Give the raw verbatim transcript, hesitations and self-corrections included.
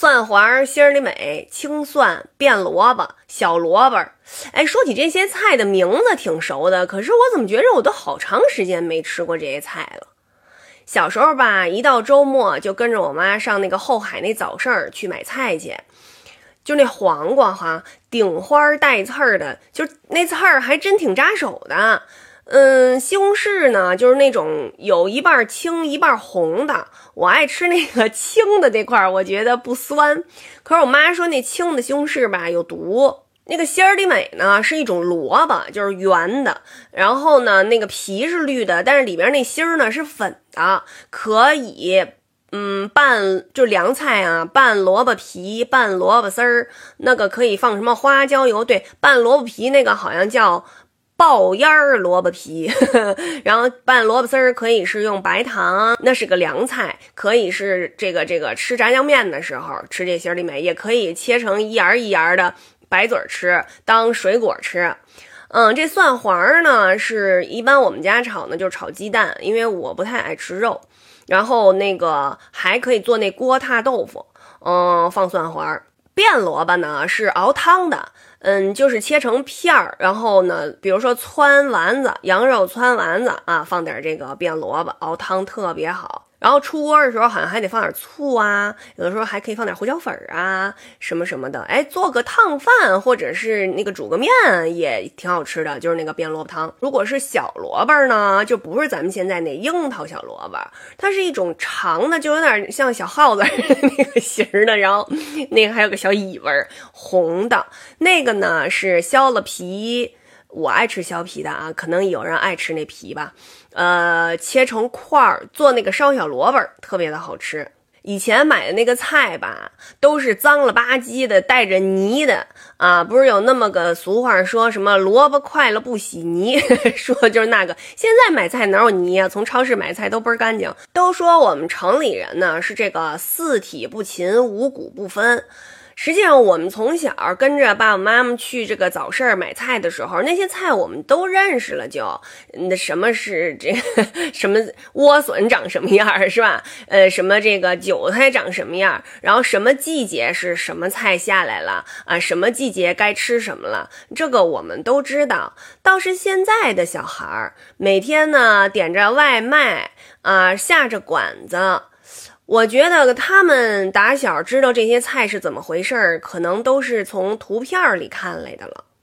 蒜黄、心儿里美、青蒜、变萝卜、小萝卜。哎，说起这些菜的名字挺熟的，可是我怎么觉着我都好长时间没吃过这些菜了。小时候吧，一到周末就跟着我妈上那个后海那早市儿去买菜去。就那黄瓜哈，顶花带刺儿的，就那刺儿还真挺扎手的。嗯，西红柿呢，就是那种有一半青一半红的，我爱吃那个青的那块，我觉得不酸。可是我妈说那青的西红柿吧有毒。那个心儿里美呢是一种萝卜，就是圆的，然后呢那个皮是绿的，但是里边那心儿呢是粉的，可以嗯拌就凉菜啊，拌萝卜皮，拌萝卜丝儿，那个可以放什么花椒油，对，拌萝卜皮那个好像叫爆烟儿萝卜皮呵呵，然后拌萝卜丝儿可以是用白糖，那是个凉菜，可以是这个这个吃炸酱面的时候吃这心儿里美，也可以切成一芽一芽的白嘴吃，当水果吃。嗯，这蒜黄呢是一般我们家炒呢就是炒鸡蛋，因为我不太爱吃肉，然后那个还可以做那锅塌豆腐，嗯，放蒜黄。变萝卜呢是熬汤的，嗯，就是切成片儿，然后呢，比如说汆丸子，羊肉汆丸子啊，放点这个变萝卜熬汤特别好。然后出锅的时候好像还得放点醋啊，有的时候还可以放点胡椒粉啊，什么什么的。哎，做个烫饭或者是那个煮个面也挺好吃的，就是那个变萝卜汤。如果是小萝卜呢，就不是咱们现在那樱桃小萝卜，它是一种长的，就有点像小耗子那个形的，然后那个还有个小尾巴红的，那个呢是削了皮。我爱吃削皮的啊，可能有人爱吃那皮吧。呃，切成块儿做那个烧小萝卜，特别的好吃。以前买的那个菜吧，都是脏了吧唧的，带着泥的啊。不是有那么个俗话说什么萝卜快了不洗泥，说就是那个。现在买菜哪有泥啊？从超市买菜都倍儿干净。都说我们城里人呢是这个四体不勤，五谷不分。实际上我们从小跟着爸爸妈妈去这个早市买菜的时候，那些菜我们都认识了，就那什么是这个什么莴笋长什么样是吧，呃什么这个韭菜长什么样，然后什么季节是什么菜下来了啊，什么季节该吃什么了，这个我们都知道。倒是现在的小孩每天呢点着外卖啊，下着馆子，我觉得他们打小知道这些菜是怎么回事，可能都是从图片里看来的了。